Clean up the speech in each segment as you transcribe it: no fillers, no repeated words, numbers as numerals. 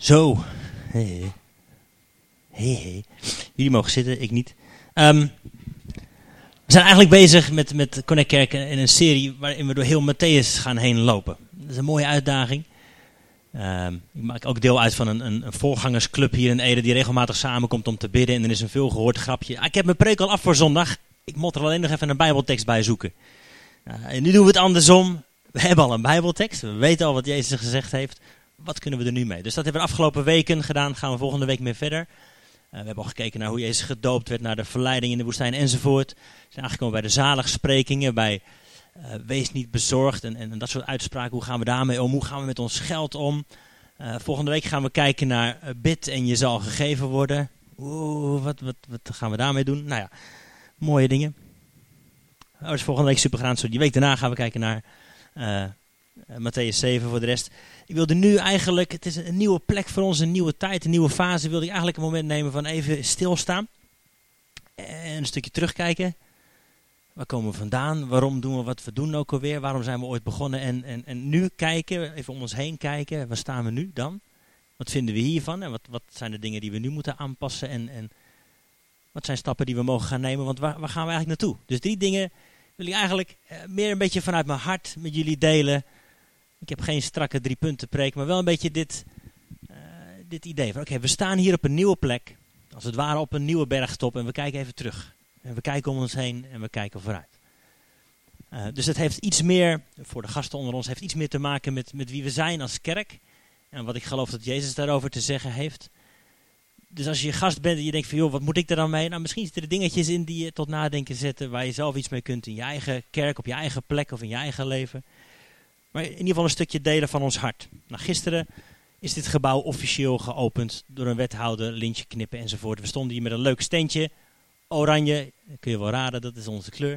Zo. Hey. Jullie mogen zitten, ik niet. We zijn eigenlijk bezig met Connect Kerk in een serie waarin we door heel Mattheüs gaan heen lopen. Dat is een mooie uitdaging. Ik maak ook deel uit van een voorgangersclub hier in Ede die regelmatig samenkomt om te bidden. En er is een veelgehoord grapje. Ik heb mijn preek al af voor zondag. Ik moet er alleen nog even een bijbeltekst bij zoeken. En nu doen we het andersom. We hebben al een bijbeltekst. We weten al wat Jezus gezegd heeft. Wat kunnen we er nu mee? Dus dat hebben we de afgelopen weken gedaan. Gaan we volgende week mee verder. We hebben al gekeken naar hoe Jezus gedoopt werd, naar de verleiding in de woestijn enzovoort. We zijn aangekomen bij de zaligsprekingen, bij wees niet bezorgd en dat soort uitspraken. Hoe gaan we daarmee om? Hoe gaan we met ons geld om? Volgende week gaan we kijken naar bid en je zal gegeven worden. Wat gaan we daarmee doen? Nou ja, mooie dingen. Dat is volgende week supergraag. Die week daarna gaan we kijken naar Mattheüs 7 voor de rest. Ik wilde nu eigenlijk, het is een nieuwe plek voor ons, een nieuwe tijd, een nieuwe fase. Wilde ik eigenlijk een moment nemen van even stilstaan. En een stukje terugkijken. Waar komen we vandaan? Waarom doen we wat we doen ook alweer? Waarom zijn we ooit begonnen? En nu kijken, even om ons heen kijken. Waar staan we nu dan? Wat vinden we hiervan? En wat zijn de dingen die we nu moeten aanpassen? En wat zijn stappen die we mogen gaan nemen? Want waar gaan we eigenlijk naartoe? Dus 3 dingen wil ik eigenlijk meer een beetje vanuit mijn hart met jullie delen. Ik heb geen strakke 3 punten preek, maar wel een beetje dit idee van oké, we staan hier op een nieuwe plek. Als het ware op een nieuwe bergtop en we kijken even terug. En we kijken om ons heen en we kijken vooruit. Dus het heeft iets meer, voor de gasten onder ons, heeft iets meer te maken met wie we zijn als kerk. En wat ik geloof dat Jezus daarover te zeggen heeft. Dus als je gast bent en je denkt van joh, wat moet ik er dan mee? Nou, misschien zitten er dingetjes in die je tot nadenken zetten waar je zelf iets mee kunt in je eigen kerk, op je eigen plek of in je eigen leven. Maar in ieder geval een stukje delen van ons hart. Nou, gisteren is dit gebouw officieel geopend door een wethouder, lintje knippen enzovoort. We stonden hier met een leuk steentje, oranje, dat kun je wel raden, dat is onze kleur.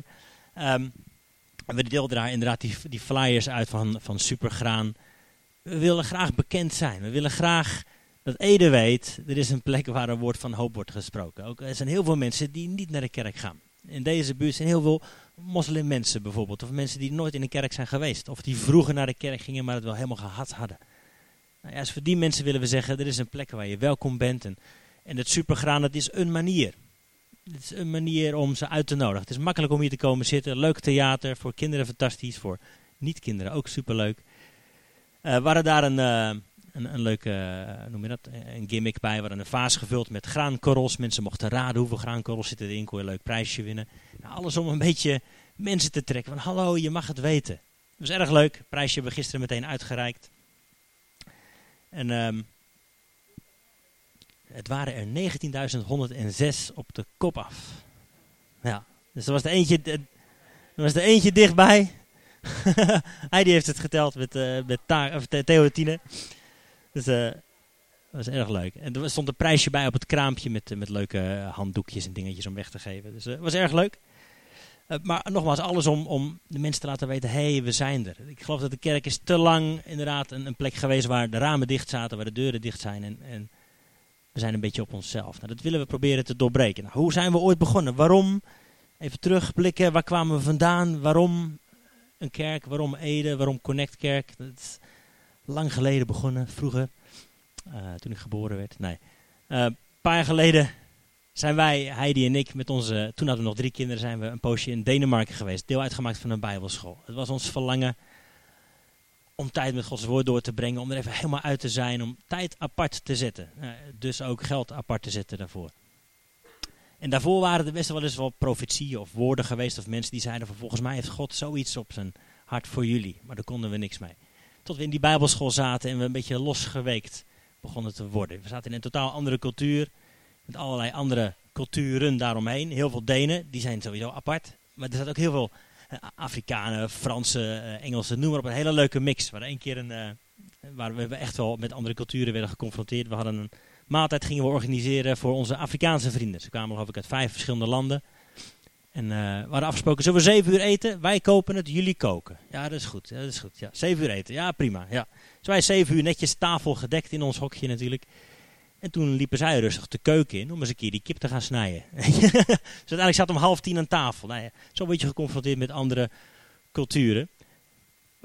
We deelden daar inderdaad die flyers uit van Supergraan. We willen graag bekend zijn. We willen graag dat Ede weet, er is een plek waar een woord van hoop wordt gesproken. Ook, er zijn heel veel mensen die niet naar de kerk gaan. In deze buurt zijn heel veel moslimmensen bijvoorbeeld. Of mensen die nooit in een kerk zijn geweest. Of die vroeger naar de kerk gingen, maar het wel helemaal gehad hadden. Nou ja, dus voor die mensen willen we zeggen, er is een plek waar je welkom bent. En het Supergraan, dat is een manier. Het is een manier om ze uit te nodigen. Het is makkelijk om hier te komen zitten. Leuk theater, voor kinderen fantastisch. Voor niet-kinderen ook superleuk. We hadden daar een leuke, noem je dat, een gimmick bij. We hadden een vaas gevuld met graankorrels. Mensen mochten raden hoeveel graankorrels zitten erin. Kon je een leuk prijsje winnen. Nou, alles om een beetje mensen te trekken. Van hallo, je mag het weten. Dat was erg leuk. Prijsje hebben we gisteren meteen uitgereikt. En het waren er 19.106 op de kop af. Ja, dus er was er eentje dichtbij. Heidi heeft het geteld met Theo en Tine. Dus dat was erg leuk. En er stond een prijsje bij op het kraampje met leuke handdoekjes en dingetjes om weg te geven. Dus dat was erg leuk. Maar nogmaals, alles om de mensen te laten weten, hé, we zijn er. Ik geloof dat de kerk is te lang inderdaad een plek geweest waar de ramen dicht zaten, waar de deuren dicht zijn. En we zijn een beetje op onszelf. Nou, dat willen we proberen te doorbreken. Nou, hoe zijn we ooit begonnen? Waarom? Even terugblikken, waar kwamen we vandaan? Waarom een kerk? Waarom Ede? Waarom Connect Kerk? Dat is lang geleden begonnen, vroeger. Toen ik geboren werd. Nee. Een paar jaar geleden zijn wij, Heidi en ik, met onze, toen hadden we nog 3 kinderen, zijn we een poosje in Denemarken geweest. Deel uitgemaakt van een bijbelschool. Het was ons verlangen om tijd met Gods woord door te brengen, om er even helemaal uit te zijn, om tijd apart te zetten. Dus ook geld apart te zetten daarvoor. En daarvoor waren er best wel eens wel profetieën of woorden geweest, of mensen die zeiden van volgens mij heeft God zoiets op zijn hart voor jullie. Maar daar konden we niks mee. Tot we in die bijbelschool zaten en we een beetje losgeweekt begonnen te worden. We zaten in een totaal andere cultuur, met allerlei andere culturen daaromheen. Heel veel Denen, die zijn sowieso apart. Maar er zaten ook heel veel Afrikanen, Fransen, Engelsen, noem maar op. Een hele leuke mix. We hadden 1 keer waar we echt wel met andere culturen werden geconfronteerd. We hadden een maaltijd gingen we organiseren voor onze Afrikaanse vrienden. Ze kwamen geloof ik uit 5 verschillende landen. En we hadden afgesproken, zullen we 7 uur eten? Wij kopen het, jullie koken. Ja, dat is goed. Ja, 7 uur eten, ja prima. Ja. Dus wij 7 uur netjes tafel gedekt in ons hokje natuurlijk. En toen liepen zij rustig de keuken in om eens een keer die kip te gaan snijden. Dus uiteindelijk zat om 9:30 aan tafel. Nou ja, zo word je geconfronteerd met andere culturen.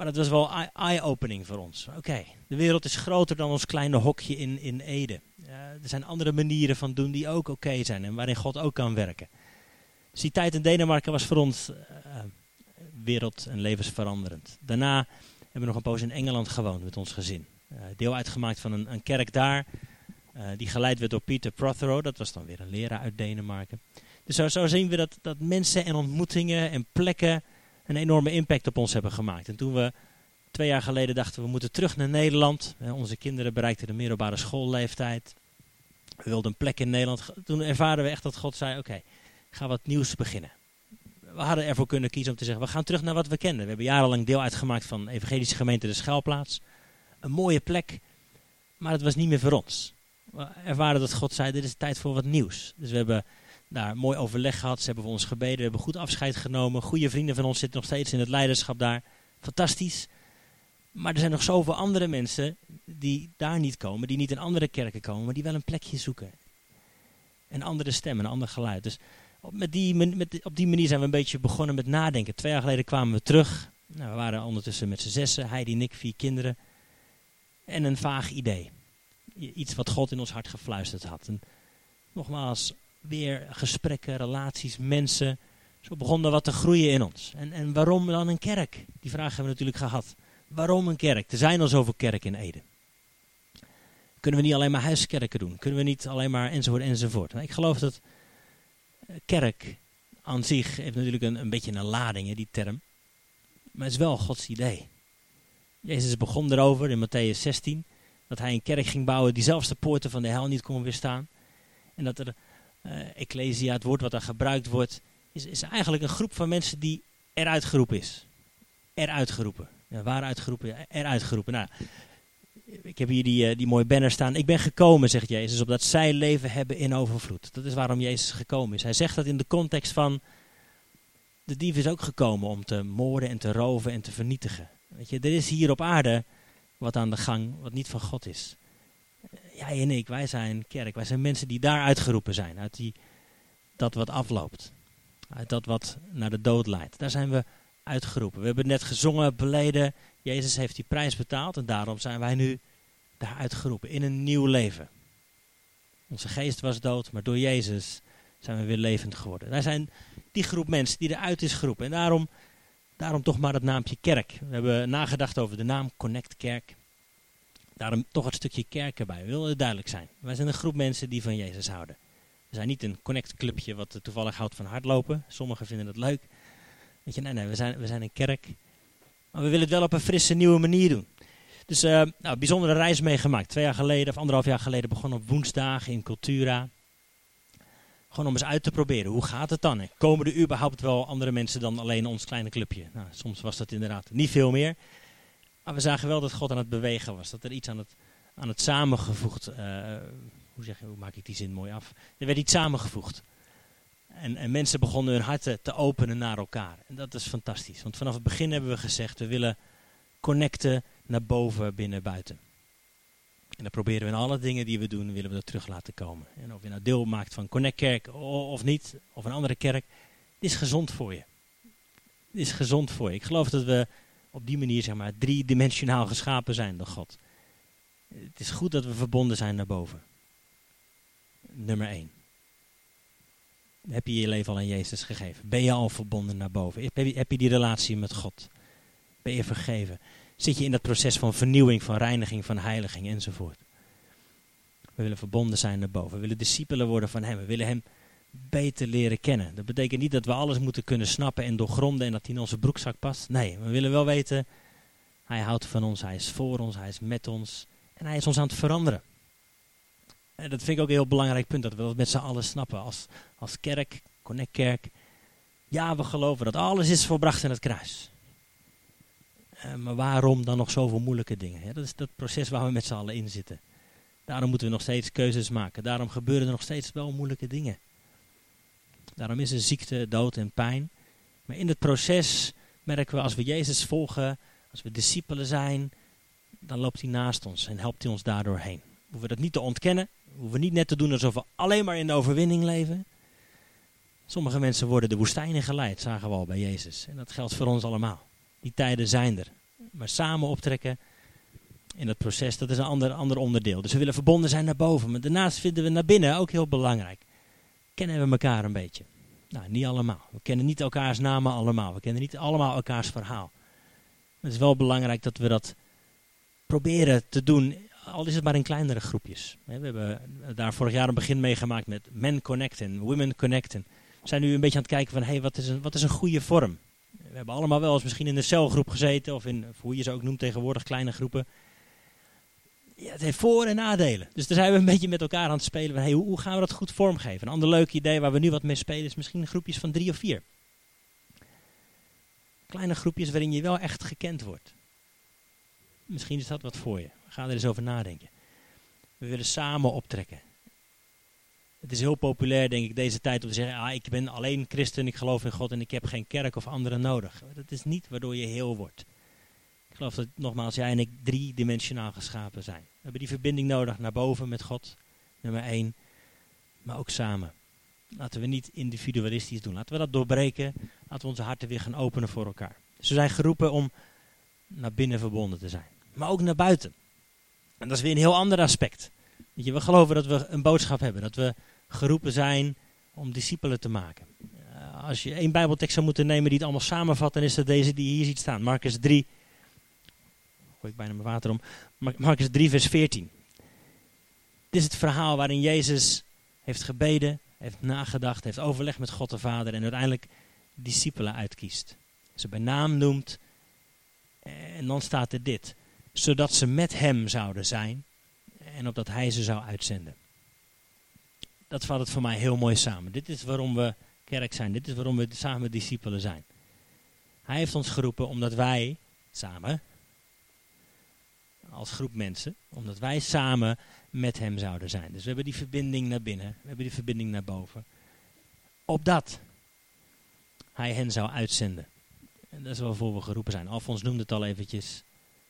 Maar dat was wel eye-opening voor ons. Oké, de wereld is groter dan ons kleine hokje in Ede. Er zijn andere manieren van doen die ook oké zijn en waarin God ook kan werken. Dus die tijd in Denemarken was voor ons wereld- en levensveranderend. Daarna hebben we nog een poos in Engeland gewoond met ons gezin. Deel uitgemaakt van een kerk daar, die geleid werd door Peter Prothero. Dat was dan weer een leraar uit Denemarken. Dus zo zien we dat mensen en ontmoetingen en plekken een enorme impact op ons hebben gemaakt. En toen we 2 jaar geleden dachten we moeten terug naar Nederland. Onze kinderen bereikten de middelbare schoolleeftijd. We wilden een plek in Nederland. Toen ervaren we echt dat God zei, oké, ga wat nieuws beginnen. We hadden ervoor kunnen kiezen om te zeggen, we gaan terug naar wat we kenden. We hebben jarenlang deel uitgemaakt van de Evangelische Gemeente De Schuilplaats. Een mooie plek, maar het was niet meer voor ons. We ervaren dat God zei, dit is tijd voor wat nieuws. Dus we hebben daar mooi overleg gehad. Ze hebben voor ons gebeden. We hebben goed afscheid genomen. Goede vrienden van ons zitten nog steeds in het leiderschap daar. Fantastisch. Maar er zijn nog zoveel andere mensen die daar niet komen. Die niet in andere kerken komen. Maar die wel een plekje zoeken. Een andere stem, een ander geluid. Dus op die manier zijn we een beetje begonnen met nadenken. 2 jaar geleden kwamen we terug. Nou, we waren ondertussen met z'n 6. Heidi en ik, 4 kinderen. En een vaag idee. Iets wat God in ons hart gefluisterd had. En nogmaals, weer gesprekken, relaties, mensen. Zo begon er wat te groeien in ons. En waarom dan een kerk? Die vraag hebben we natuurlijk gehad. Waarom een kerk? Er zijn al zoveel kerken in Ede. Kunnen we niet alleen maar huiskerken doen? Kunnen we niet alleen maar enzovoort? Nou, ik geloof dat kerk aan zich heeft natuurlijk een beetje een lading, hè, die term. Maar het is wel Gods idee. Jezus begon erover in Mattheüs 16. Dat hij een kerk ging bouwen die zelfs de poorten van de hel niet kon weerstaan. En dat er ecclesia, het woord wat daar gebruikt wordt, is eigenlijk een groep van mensen die eruit geroepen is. Eruit geroepen. Ja, waar uitgeroepen? Ja, eruit geroepen. Nou, ik heb hier die mooie banner staan. Ik ben gekomen, zegt Jezus, opdat zij leven hebben in overvloed. Dat is waarom Jezus gekomen is. Hij zegt dat in de context van, de dief is ook gekomen om te moorden en te roven en te vernietigen. Weet je, er is hier op aarde wat aan de gang, wat niet van God is. Jij en ik, wij zijn kerk. Wij zijn mensen die daar uitgeroepen zijn. Uit dat wat afloopt. Uit dat wat naar de dood leidt. Daar zijn we uitgeroepen. We hebben net gezongen, beleden. Jezus heeft die prijs betaald. En daarom zijn wij nu daar uitgeroepen. In een nieuw leven. Onze geest was dood. Maar door Jezus zijn we weer levend geworden. Wij zijn die groep mensen die eruit is geroepen. En daarom toch maar het naampje kerk. We hebben nagedacht over de naam Connect Kerk. Daarom toch het stukje kerk erbij. We willen het duidelijk zijn. Wij zijn een groep mensen die van Jezus houden. We zijn niet een Connect clubje wat toevallig houdt van hardlopen. Sommigen vinden het leuk. Weet je, nee, we zijn een kerk. Maar we willen het wel op een frisse, nieuwe manier doen. Dus bijzondere reis meegemaakt. 2 jaar geleden of 1,5 jaar geleden begonnen op woensdagen in Cultura. Gewoon om eens uit te proberen. Hoe gaat het dan? Komen er überhaupt wel andere mensen dan alleen ons kleine clubje? Nou, soms was dat inderdaad niet veel meer. Maar we zagen wel dat God aan het bewegen was. Dat er iets aan het samengevoegd... hoe maak ik die zin mooi af? Er werd iets samengevoegd. En mensen begonnen hun harten te openen naar elkaar. En dat is fantastisch. Want vanaf het begin hebben we gezegd, we willen connecten naar boven, binnen, buiten. En dan proberen we in alle dingen die we doen, willen we dat terug laten komen. En of je nou deel maakt van Connect Kerk of niet, of een andere kerk. Het is gezond voor je. Het is gezond voor je. Ik geloof dat we op die manier, zeg maar, 3-dimensionaal geschapen zijn door God. Het is goed dat we verbonden zijn naar boven. Nummer 1. Heb je je leven al aan Jezus gegeven? Ben je al verbonden naar boven? Heb je die relatie met God? Ben je vergeven? Zit je in dat proces van vernieuwing, van reiniging, van heiliging enzovoort? We willen verbonden zijn naar boven. We willen discipelen worden van Hem. We willen Hem beter leren kennen. Dat betekent niet dat we alles moeten kunnen snappen en doorgronden en dat Hij in onze broekzak past. Nee, we willen wel weten, Hij houdt van ons, Hij is voor ons, Hij is met ons en Hij is ons aan het veranderen. En dat vind ik ook een heel belangrijk punt, dat we dat met z'n allen snappen. Als kerk, Connect Kerk, ja, we geloven dat alles is volbracht in het kruis. Maar waarom dan nog zoveel moeilijke dingen? Ja, dat is dat proces waar we met z'n allen in zitten. Daarom moeten we nog steeds keuzes maken. Daarom gebeuren er nog steeds wel moeilijke dingen. Daarom is er ziekte, dood en pijn. Maar in het proces merken we als we Jezus volgen, als we discipelen zijn, dan loopt hij naast ons en helpt hij ons daardoor heen. We hoeven dat niet te ontkennen. We hoeven niet net te doen alsof we alleen maar in de overwinning leven. Sommige mensen worden de woestijn in geleid, zagen we al bij Jezus. En dat geldt voor ons allemaal. Die tijden zijn er. Maar samen optrekken in dat proces, dat is een ander onderdeel. Dus we willen verbonden zijn naar boven. Maar daarnaast vinden we naar binnen ook heel belangrijk. Kennen we elkaar een beetje? Nou, niet allemaal. We kennen niet elkaars namen allemaal. We kennen niet allemaal elkaars verhaal. Het is wel belangrijk dat we dat proberen te doen, al is het maar in kleinere groepjes. We hebben daar vorig jaar een begin meegemaakt met Men Connect en Women Connect. En we zijn nu een beetje aan het kijken van, hey, wat is een goede vorm? We hebben allemaal wel eens misschien in een celgroep gezeten, of hoe je ze ook noemt tegenwoordig, kleine groepen. Ja, het heeft voor- en nadelen. Dus daar zijn we een beetje met elkaar aan het spelen van, hey, hoe gaan we dat goed vormgeven? Een ander leuk idee waar we nu wat mee spelen is misschien groepjes van 3 of 4. Kleine groepjes waarin je wel echt gekend wordt. Misschien is dat wat voor je. Ga er eens over nadenken. We willen samen optrekken. Het is heel populair, denk ik, deze tijd om te zeggen, ik ben alleen christen, ik geloof in God en ik heb geen kerk of anderen nodig. Dat is niet waardoor je heel wordt. Ik geloof dat, nogmaals, jij en ik 3-dimensionaal geschapen zijn. We hebben die verbinding nodig naar boven met God, nummer 1, maar ook samen. Laten we niet individualistisch doen. Laten we dat doorbreken. Laten we onze harten weer gaan openen voor elkaar. Dus we zijn geroepen om naar binnen verbonden te zijn. Maar ook naar buiten. En dat is weer een heel ander aspect. Weet je, we geloven dat we een boodschap hebben. Dat we geroepen zijn om discipelen te maken. Als je 1 bijbeltekst zou moeten nemen die het allemaal samenvat, dan is dat deze die je hier ziet staan. Marcus 3. Gooi ik bijna mijn water om. Marcus 3 vers 14. Dit is het verhaal waarin Jezus heeft gebeden, heeft nagedacht, heeft overlegd met God de Vader en uiteindelijk discipelen uitkiest. Ze bij naam noemt en dan staat er dit. Zodat ze met hem zouden zijn en opdat hij ze zou uitzenden. Dat vat het voor mij heel mooi samen. Dit is waarom we kerk zijn. Dit is waarom we samen discipelen zijn. Hij heeft ons geroepen omdat wij samen, als groep mensen, omdat wij samen met hem zouden zijn. Dus we hebben die verbinding naar binnen. We hebben die verbinding naar boven. Opdat hij hen zou uitzenden. En dat is waarvoor we geroepen zijn. Alfons noemde het al eventjes.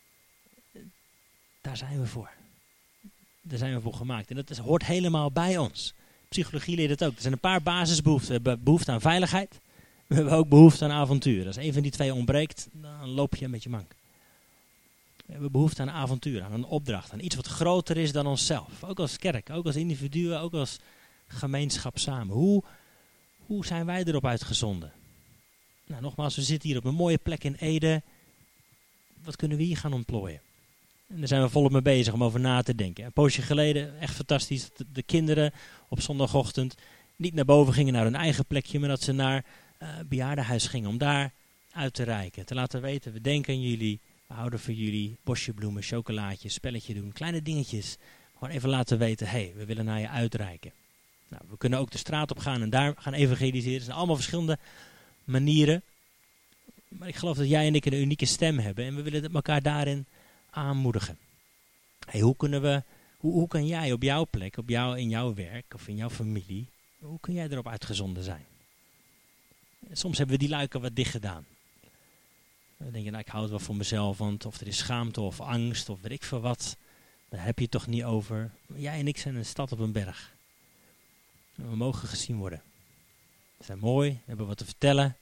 Daar zijn we voor. Daar zijn we voor gemaakt. En dat hoort helemaal bij ons. Psychologie leert het ook. Er zijn een paar basisbehoeften. We hebben behoefte aan veiligheid. We hebben ook behoefte aan avontuur. Als een van die 2 ontbreekt, dan loop je een beetje mank. We hebben behoefte aan avontuur, aan een opdracht. Aan iets wat groter is dan onszelf. Ook als kerk, ook als individuen, ook als gemeenschap samen. Hoe zijn wij erop uitgezonden? Nou, nogmaals, we zitten hier op een mooie plek in Ede. Wat kunnen we hier gaan ontplooien? En daar zijn we volop mee bezig om over na te denken. Een poosje geleden, echt fantastisch, dat de kinderen op zondagochtend niet naar boven gingen naar hun eigen plekje, maar dat ze naar bejaardenhuis gingen om daar uit te reiken. Te laten weten, we denken aan jullie, we houden van jullie, bosje bloemen, chocolaatje, spelletje doen, kleine dingetjes. Gewoon even laten weten, hey, we willen naar je uitreiken. Nou, we kunnen ook de straat op gaan en daar gaan evangeliseren. Het zijn allemaal verschillende manieren. Maar ik geloof dat jij en ik een unieke stem hebben en we willen elkaar daarin aanmoedigen. Hey, hoe kan jij op jouw plek, in jouw werk of in jouw familie, hoe kun jij erop uitgezonden zijn? Soms hebben we die luiken wat dicht gedaan. We denken, ik hou het wel voor mezelf, want of er is schaamte of angst of weet ik veel wat, daar heb je het toch niet over. Jij en ik zijn een stad op een berg. We mogen gezien worden. We zijn mooi, we hebben wat te vertellen.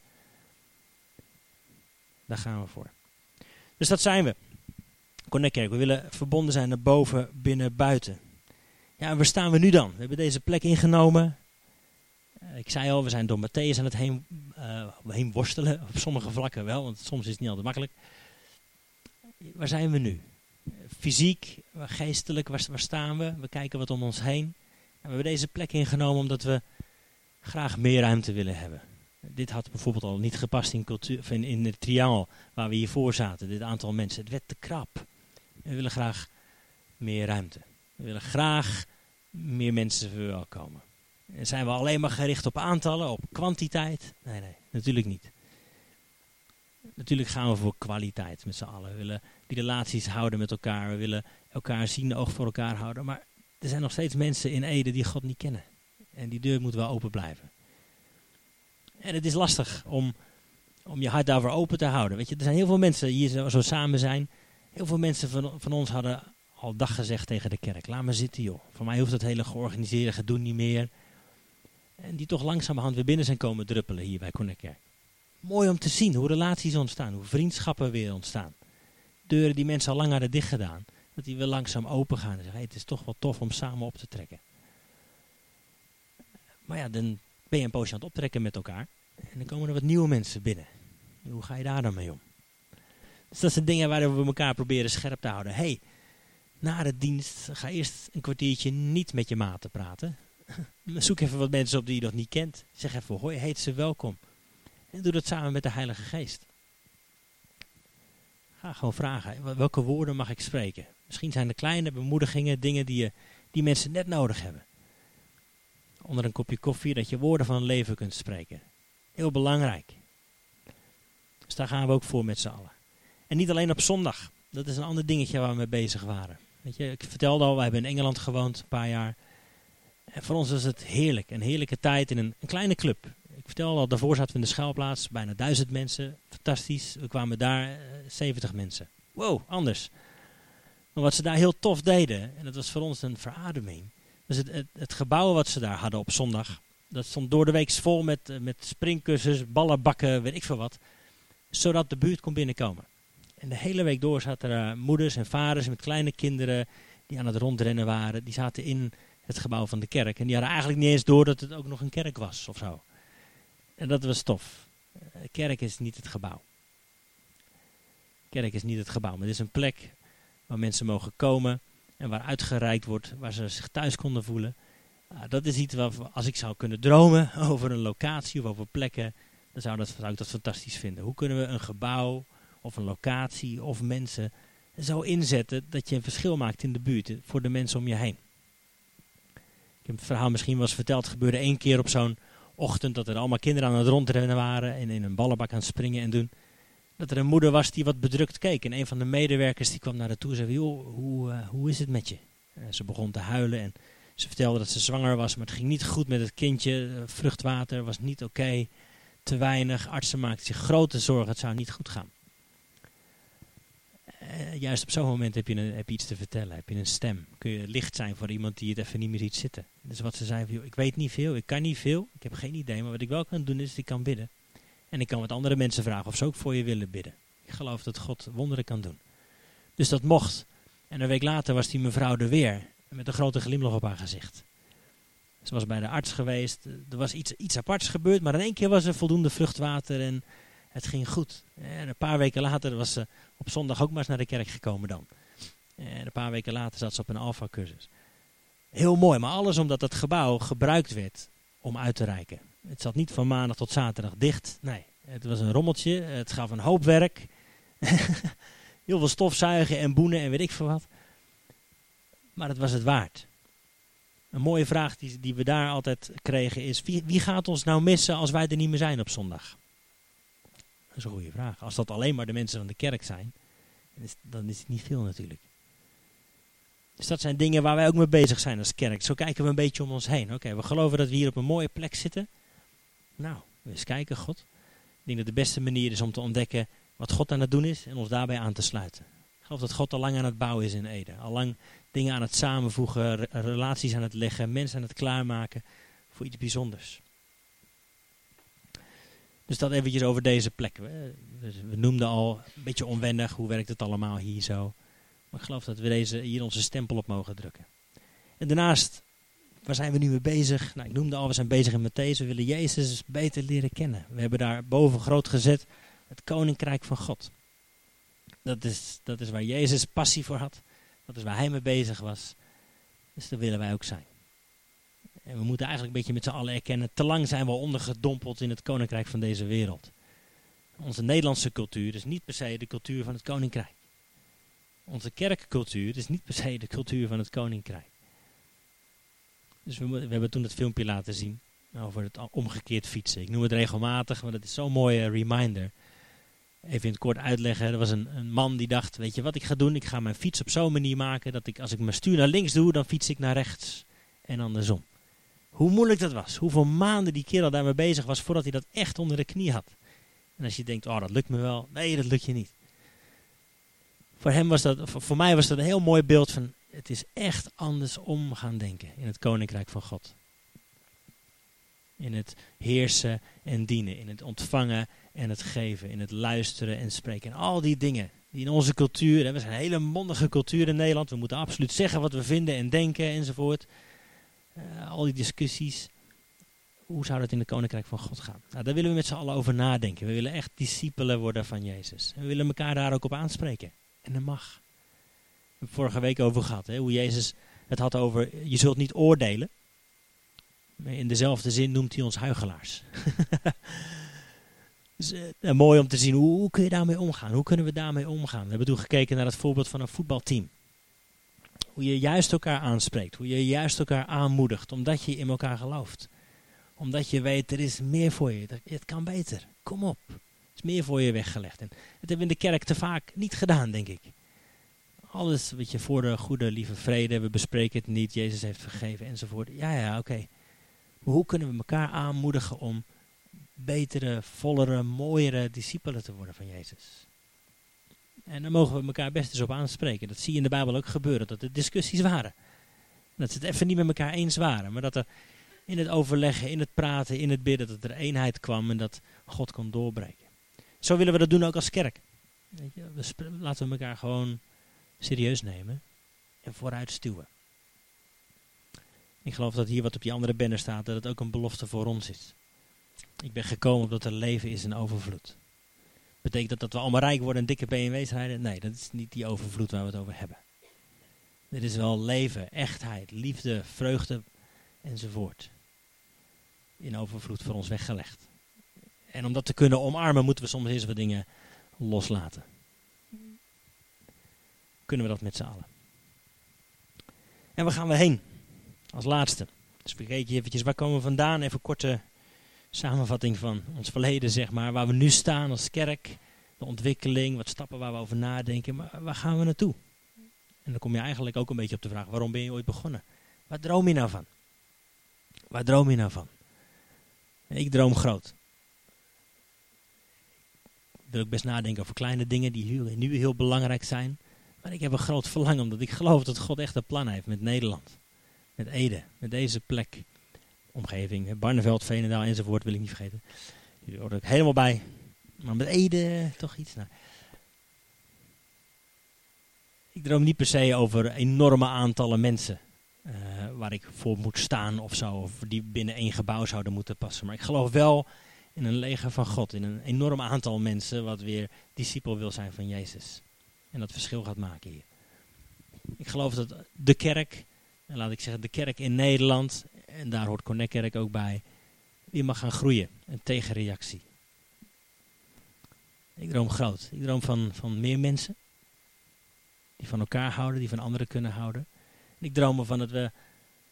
Daar gaan we voor. Dus dat zijn we. Connect Kerk, we willen verbonden zijn naar boven, binnen, buiten. Ja, en waar staan we nu dan? We hebben deze plek ingenomen. Ik zei al, we zijn door Mattheüs aan het heen worstelen. Op sommige vlakken wel, want soms is het niet altijd makkelijk. Waar zijn we nu? Fysiek, geestelijk, waar staan we? We kijken wat om ons heen. En we hebben deze plek ingenomen omdat we graag meer ruimte willen hebben. Dit had bijvoorbeeld al niet gepast in het triangel waar we hiervoor zaten. Dit aantal mensen. Het werd te krap. We willen graag meer ruimte. We willen graag meer mensen verwelkomen. En zijn we alleen maar gericht op aantallen, op kwantiteit? Nee, natuurlijk niet. Natuurlijk gaan we voor kwaliteit met z'n allen. We willen die relaties houden met elkaar. We willen elkaar zien, oog voor elkaar houden. Maar er zijn nog steeds mensen in Ede die God niet kennen. En die deur moet wel open blijven. En het is lastig om je hart daarvoor open te houden. Weet je, er zijn heel veel mensen die hier zo samen zijn. Heel veel mensen van ons hadden al dag gezegd tegen de kerk. Laat maar zitten joh. Voor mij hoeft dat hele georganiseerde gedoe niet meer. En die toch langzamerhand weer binnen zijn komen druppelen hier bij Connect Kerk. Mooi om te zien hoe relaties ontstaan. Hoe vriendschappen weer ontstaan. deuren die mensen al lang hadden dicht gedaan, dat die weer langzaam open gaan. En zeggen, hey, het is toch wel tof om samen op te trekken. Maar ja, dan ben je een poosje aan het optrekken met elkaar. En dan komen er wat nieuwe mensen binnen. En hoe ga je daar dan mee om? Dus dat zijn dingen waar we elkaar proberen scherp te houden. Hey, na de dienst ga eerst een kwartiertje niet met je maten praten. Zoek even wat mensen op die je nog niet kent. Zeg even, hoi, heet ze welkom. En doe dat samen met de Heilige Geest. Ga gewoon vragen, welke woorden mag ik spreken? Misschien zijn er kleine bemoedigingen, dingen die mensen net nodig hebben. Onder een kopje koffie, dat je woorden van het leven kunt spreken. Heel belangrijk. Dus daar gaan we ook voor met z'n allen. En niet alleen op zondag. Dat is een ander dingetje waar we mee bezig waren. Weet je, ik vertelde al, we hebben in Engeland gewoond, een paar jaar. En voor ons was het heerlijk. Een heerlijke tijd in een kleine club. Ik vertelde al, daarvoor zaten we in de schuilplaats. Bijna 1000 mensen. Fantastisch. We kwamen daar 70 mensen. Wow, anders. Maar wat ze daar heel tof deden, en dat was voor ons een verademing. Dus het gebouw wat ze daar hadden op zondag, dat stond door de week vol met springkussens, ballenbakken, weet ik veel wat. Zodat de buurt kon binnenkomen. En de hele week door zaten er moeders en vaders met kleine kinderen die aan het rondrennen waren. Die zaten in het gebouw van de kerk. En die hadden eigenlijk niet eens door dat het ook nog een kerk was of zo. En dat was tof. Kerk is niet het gebouw. Kerk is niet het gebouw, maar het is een plek waar mensen mogen komen en waar uitgereikt wordt, waar ze zich thuis konden voelen. Dat is iets waar, als ik zou kunnen dromen over een locatie of over plekken, dan zou ik dat fantastisch vinden. Hoe kunnen we een gebouw of een locatie of mensen zo inzetten dat je een verschil maakt in de buurt voor de mensen om je heen? Ik heb het verhaal misschien wel eens verteld. Het gebeurde 1 keer op zo'n ochtend dat er allemaal kinderen aan het rondrennen waren en in een ballenbak aan het springen en doen. Dat er een moeder was die wat bedrukt keek. En een van de medewerkers die kwam naar haar toe en zei, joh, hoe is het met je? Ze begon te huilen en ze vertelde dat ze zwanger was, maar het ging niet goed met het kindje. Vruchtwater was niet oké, te weinig. Artsen maakten zich grote zorgen, het zou niet goed gaan. Juist op zo'n moment heb je iets te vertellen, heb je een stem. Kun je licht zijn voor iemand die het even niet meer ziet zitten. Dus wat ze zei, joh, ik weet niet veel, ik kan niet veel, ik heb geen idee, maar wat ik wel kan doen is, ik kan bidden. En ik kan wat andere mensen vragen of ze ook voor je willen bidden. Ik geloof dat God wonderen kan doen. Dus dat mocht. En een week later was die mevrouw er weer. Met een grote glimlach op haar gezicht. Ze was bij de arts geweest. Er was iets aparts gebeurd. Maar in 1 keer was er voldoende vruchtwater. En het ging goed. En een paar weken later was ze op zondag ook maar eens naar de kerk gekomen dan. En een paar weken later zat ze op een alfa-cursus. Heel mooi. Maar alles omdat dat gebouw gebruikt werd om uit te reiken. Het zat niet van maandag tot zaterdag dicht. Nee, het was een rommeltje. Het gaf een hoop werk. Heel veel stofzuigen en boenen en weet ik veel wat. Maar het was het waard. Een mooie vraag die we daar altijd kregen is, wie gaat ons nou missen als wij er niet meer zijn op zondag? Dat is een goede vraag. Als dat alleen maar de mensen van de kerk zijn, dan is het niet veel natuurlijk. Dus dat zijn dingen waar wij ook mee bezig zijn als kerk. Zo kijken we een beetje om ons heen. Oké, we geloven dat we hier op een mooie plek zitten. Nou, eens kijken, God. Ik denk dat de beste manier is om te ontdekken wat God aan het doen is en ons daarbij aan te sluiten. Ik geloof dat God al lang aan het bouwen is in Ede. Al lang dingen aan het samenvoegen, relaties aan het leggen, mensen aan het klaarmaken voor iets bijzonders. Dus dat eventjes over deze plek. We noemden al een beetje onwennig, hoe werkt het allemaal hier zo. Maar ik geloof dat we hier onze stempel op mogen drukken. En daarnaast, waar zijn we nu mee bezig? Nou, ik noemde al, we zijn bezig in Mattheüs. We willen Jezus beter leren kennen. We hebben daar boven groot gezet het Koninkrijk van God. Dat is waar Jezus passie voor had. Dat is waar hij mee bezig was. Dus daar willen wij ook zijn. En we moeten eigenlijk een beetje met z'n allen erkennen, te lang zijn we ondergedompeld in het Koninkrijk van deze wereld. Onze Nederlandse cultuur is niet per se de cultuur van het Koninkrijk. Onze kerkcultuur is niet per se de cultuur van het Koninkrijk. Dus we hebben toen het filmpje laten zien over het omgekeerd fietsen. Ik noem het regelmatig, want het is zo'n mooie reminder. Even in het kort uitleggen. Er was een man die dacht, weet je wat ik ga doen? Ik ga mijn fiets op zo'n manier maken dat ik, als ik mijn stuur naar links doe, dan fiets ik naar rechts en andersom. Hoe moeilijk dat was. Hoeveel maanden die kerel daarmee bezig was voordat hij dat echt onder de knie had. En als je denkt, oh dat lukt me wel. Nee, dat lukt je niet. Voor mij was dat een heel mooi beeld van, het is echt andersom gaan denken in het Koninkrijk van God. In het heersen en dienen, in het ontvangen en het geven, in het luisteren en spreken. En al die dingen Die in onze cultuur, hè, we zijn een hele mondige cultuur in Nederland. We moeten absoluut zeggen wat we vinden en denken enzovoort. Al die discussies. Hoe zou dat in het Koninkrijk van God gaan? Nou, daar willen we met z'n allen over nadenken. We willen echt discipelen worden van Jezus. En we willen elkaar daar ook op aanspreken. En dat mag. We hebben het vorige week over gehad. Hè, hoe Jezus het had over, je zult niet oordelen. Maar in dezelfde zin noemt hij ons huichelaars. Dus, mooi om te zien, hoe kun je daarmee omgaan? Hoe kunnen we daarmee omgaan? We hebben toen gekeken naar het voorbeeld van een voetbalteam. Hoe je juist elkaar aanspreekt. Hoe je juist elkaar aanmoedigt. Omdat je in elkaar gelooft. Omdat je weet, er is meer voor je. Het kan beter. Kom op. Er is meer voor je weggelegd. En dat hebben we in de kerk te vaak niet gedaan, denk ik. Alles wat je voor de goede, lieve vrede. We bespreken het niet. Jezus heeft vergeven enzovoort. Ja, oké. Hoe kunnen we elkaar aanmoedigen om betere, vollere, mooiere discipelen te worden van Jezus? En daar mogen we elkaar best eens op aanspreken. Dat zie je in de Bijbel ook gebeuren. Dat er discussies waren. Dat ze het even niet met elkaar eens waren. Maar dat er in het overleggen, in het praten, in het bidden, dat er eenheid kwam en dat God kon doorbreken. Zo willen we dat doen ook als kerk. Weet je, laten we elkaar gewoon serieus nemen en vooruit stuwen. Ik geloof dat hier wat op die andere banner staat, dat het ook een belofte voor ons is. Ik ben gekomen omdat er leven is in overvloed. Betekent dat dat we allemaal rijk worden en dikke BMW's rijden? Nee, dat is niet die overvloed waar we het over hebben. Dit is wel leven, echtheid, liefde, vreugde enzovoort. In overvloed voor ons weggelegd. En om dat te kunnen omarmen moeten we soms eerst wat dingen loslaten. Kunnen we dat met z'n allen. En waar gaan we heen? Als laatste. Dus bekijk je eventjes, waar komen we vandaan? Even een korte samenvatting van ons verleden, zeg maar. Waar we nu staan als kerk. De ontwikkeling, wat stappen waar we over nadenken. Maar waar gaan we naartoe? En dan kom je eigenlijk ook een beetje op de vraag, waarom ben je ooit begonnen? Waar droom je nou van? Waar droom je nou van? Ik droom groot. Ik wil ook best nadenken over kleine dingen die nu heel belangrijk zijn. Maar ik heb een groot verlangen, omdat ik geloof dat God echt een plan heeft met Nederland. Met Ede, met deze plek. Omgeving, Barneveld, Veenendaal enzovoort, wil ik niet vergeten. Jullie horen er ook helemaal bij. Maar met Ede toch iets. Nou. Ik droom niet per se over enorme aantallen mensen. Waar ik voor moet staan of zo. Of die binnen één gebouw zouden moeten passen. Maar ik geloof wel in een leger van God. In een enorm aantal mensen wat weer discipel wil zijn van Jezus. En dat verschil gaat maken hier. Ik geloof dat de kerk, en laat ik zeggen de kerk in Nederland, en daar hoort Connect Kerk ook bij, weer mag gaan groeien. Een tegenreactie. Ik droom groot. Ik droom van meer mensen. Die van elkaar houden, die van anderen kunnen houden. En ik droom ervan dat we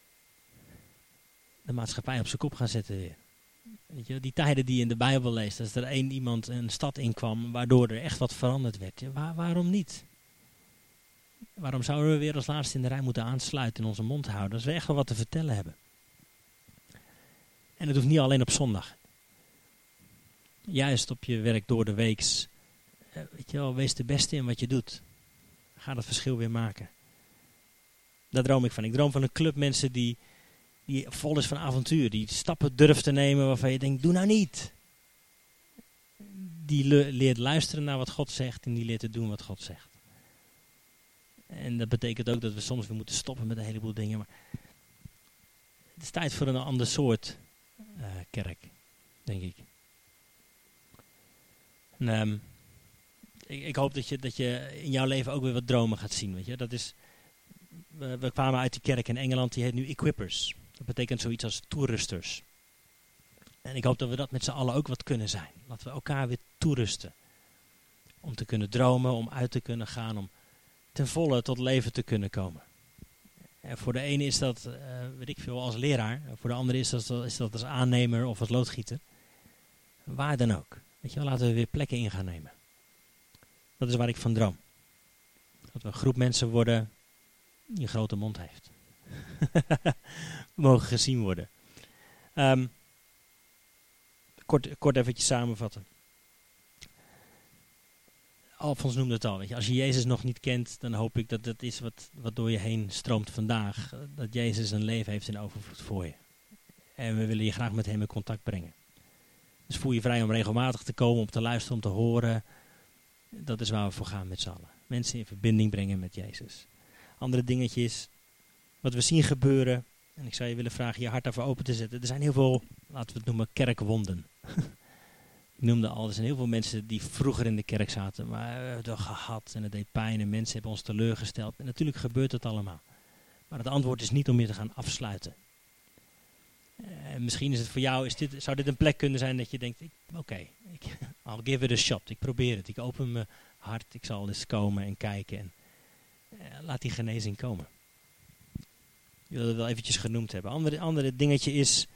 de maatschappij op zijn kop gaan zetten weer. Weet je, die tijden die je in de Bijbel leest, als er iemand een stad inkwam waardoor er echt wat veranderd werd. Ja, waarom niet? Waarom zouden we weer als laatste in de rij moeten aansluiten en onze mond houden als we echt wel wat te vertellen hebben? En het hoeft niet alleen op zondag. Juist op je werk door de weeks. Weet je wel, wees de beste in wat je doet. Ga dat verschil weer maken. Daar droom ik van. Ik droom van een club mensen die vol is van avontuur. Die stappen durft te nemen waarvan je denkt, doe nou niet. Die leert luisteren naar wat God zegt en die leert te doen wat God zegt. En dat betekent ook dat we soms weer moeten stoppen met een heleboel dingen. Maar het is tijd voor een ander soort kerk, denk ik. En, ik hoop dat je in jouw leven ook weer wat dromen gaat zien. Weet je? Dat is, we kwamen uit die kerk in Engeland, die heet nu Equippers. Dat betekent zoiets als toerusters. En ik hoop dat we dat met z'n allen ook wat kunnen zijn. Laten we elkaar weer toerusten. Om te kunnen dromen, om uit te kunnen gaan, om ten volle tot leven te kunnen komen. En voor de ene is dat, weet ik veel, als leraar. Voor de andere is dat als aannemer of als loodgieter. Waar dan ook. Weet je wel, laten we weer plekken in gaan nemen. Dat is waar ik van droom. Dat we een groep mensen worden die een grote mond heeft. Mogen gezien worden. Kort eventjes samenvatten. Alfons noemde het al. Weet je, als je Jezus nog niet kent, dan hoop ik dat dat is wat door je heen stroomt vandaag. Dat Jezus een leven heeft in overvloed voor je. En we willen je graag met hem in contact brengen. Dus voel je vrij om regelmatig te komen, om te luisteren, om te horen. Dat is waar we voor gaan met z'n allen. Mensen in verbinding brengen met Jezus. Andere dingetje is, wat we zien gebeuren, en ik zou je willen vragen je hart daarvoor open te zetten. Er zijn heel veel, laten we het noemen, kerkwonden. Ik noemde al, er zijn heel veel mensen die vroeger in de kerk zaten, maar we hebben het gehad en het deed pijn en mensen hebben ons teleurgesteld. En natuurlijk gebeurt het allemaal. Maar het antwoord is niet om je te gaan afsluiten. Misschien is het voor jou, zou dit een plek kunnen zijn dat je denkt, oké, I'll give it a shot. Ik probeer het, ik open mijn hart, ik zal eens komen en kijken en laat die genezing komen. Je wil het wel eventjes genoemd hebben. Andere dingetje is,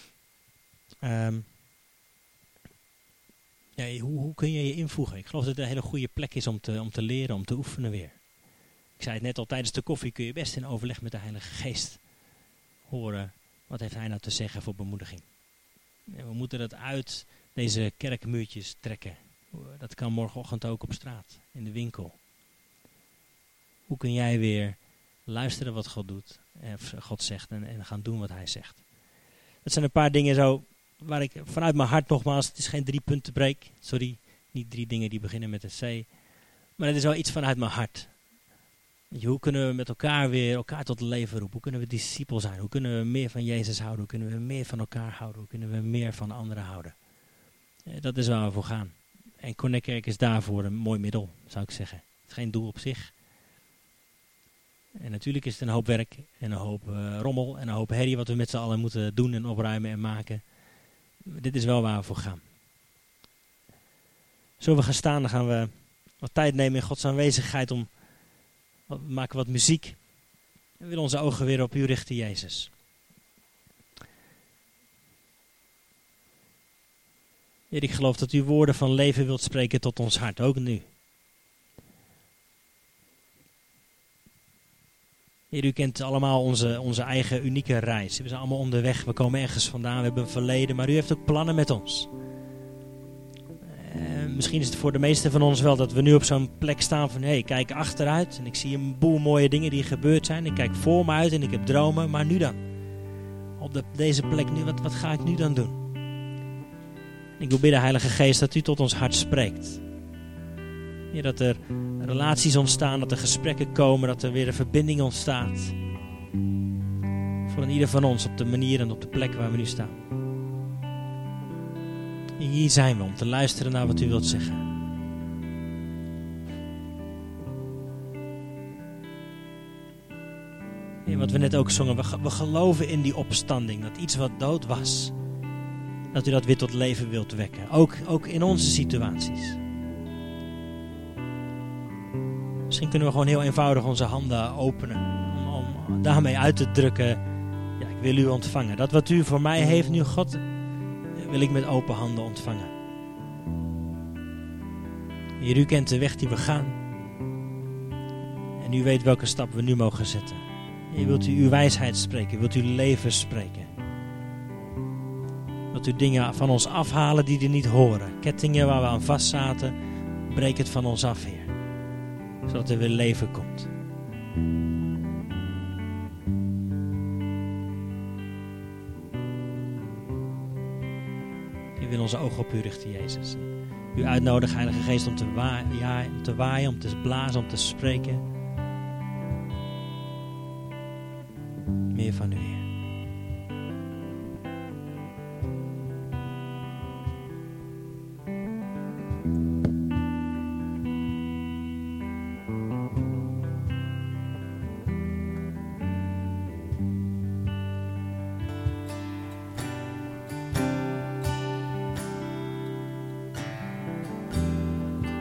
hoe kun je je invoegen? Ik geloof dat het een hele goede plek is om te leren, om te oefenen weer. Ik zei het net al, tijdens de koffie kun je best in overleg met de Heilige Geest horen. Wat heeft hij nou te zeggen voor bemoediging? En we moeten dat uit deze kerkmuurtjes trekken. Dat kan morgenochtend ook op straat, in de winkel. Hoe kun jij weer luisteren wat God doet, of God zegt en gaan doen wat hij zegt? Dat zijn een paar dingen zo, waar ik vanuit mijn hart nogmaals, het is geen 3 punten break. Sorry, niet 3 dingen die beginnen met een C. Maar het is wel iets vanuit mijn hart. Weet je, hoe kunnen we met elkaar tot leven roepen? Hoe kunnen we discipel zijn? Hoe kunnen we meer van Jezus houden? Hoe kunnen we meer van elkaar houden? Hoe kunnen we meer van anderen houden? Dat is waar we voor gaan. En Connect Kerk is daarvoor een mooi middel, zou ik zeggen. Het is geen doel op zich. En natuurlijk is het een hoop werk en een hoop rommel en een hoop herrie wat we met z'n allen moeten doen en opruimen en maken. Maar dit is wel waar we voor gaan. Zullen we gaan staan, dan gaan we wat tijd nemen in Gods aanwezigheid om... We maken wat muziek. We willen onze ogen weer op u richten, Jezus. Heer, ik geloof dat u woorden van leven wilt spreken tot ons hart, ook nu. Heer, u kent allemaal onze eigen unieke reis. We zijn allemaal onderweg, we komen ergens vandaan, we hebben een verleden, maar u heeft ook plannen met ons. Misschien is het voor de meesten van ons wel dat we nu op zo'n plek staan van... ik kijk achteruit en ik zie een boel mooie dingen die gebeurd zijn. Ik kijk voor me uit en ik heb dromen, maar nu dan? Op deze plek nu, wat ga ik nu dan doen? Ik wil bidden, Heilige Geest, dat u tot ons hart spreekt. Ja, dat er relaties ontstaan, dat er gesprekken komen, dat er weer een verbinding ontstaat. Voor ieder van ons op de manier en op de plek waar we nu staan. Hier zijn we om te luisteren naar wat u wilt zeggen. En wat we net ook zongen, we geloven in die opstanding. Dat iets wat dood was, dat u dat weer tot leven wilt wekken. Ook in onze situaties. Misschien kunnen we gewoon heel eenvoudig onze handen openen. Om daarmee uit te drukken, ja, ik wil u ontvangen. Dat wat u voor mij heeft nu, God... wil ik met open handen ontvangen. Heer, u kent de weg die we gaan. En u weet welke stap we nu mogen zetten. Heer, wilt u uw wijsheid spreken? Wilt u leven spreken? Wilt u dingen van ons afhalen die er niet horen? Kettingen waar we aan vast zaten, breek het van ons af, Heer. Zodat er weer leven komt. We willen onze ogen op u richten, Jezus. U uitnodigen, Heilige Geest, om te waaien, om te blazen, om te spreken. Meer van u, Heer.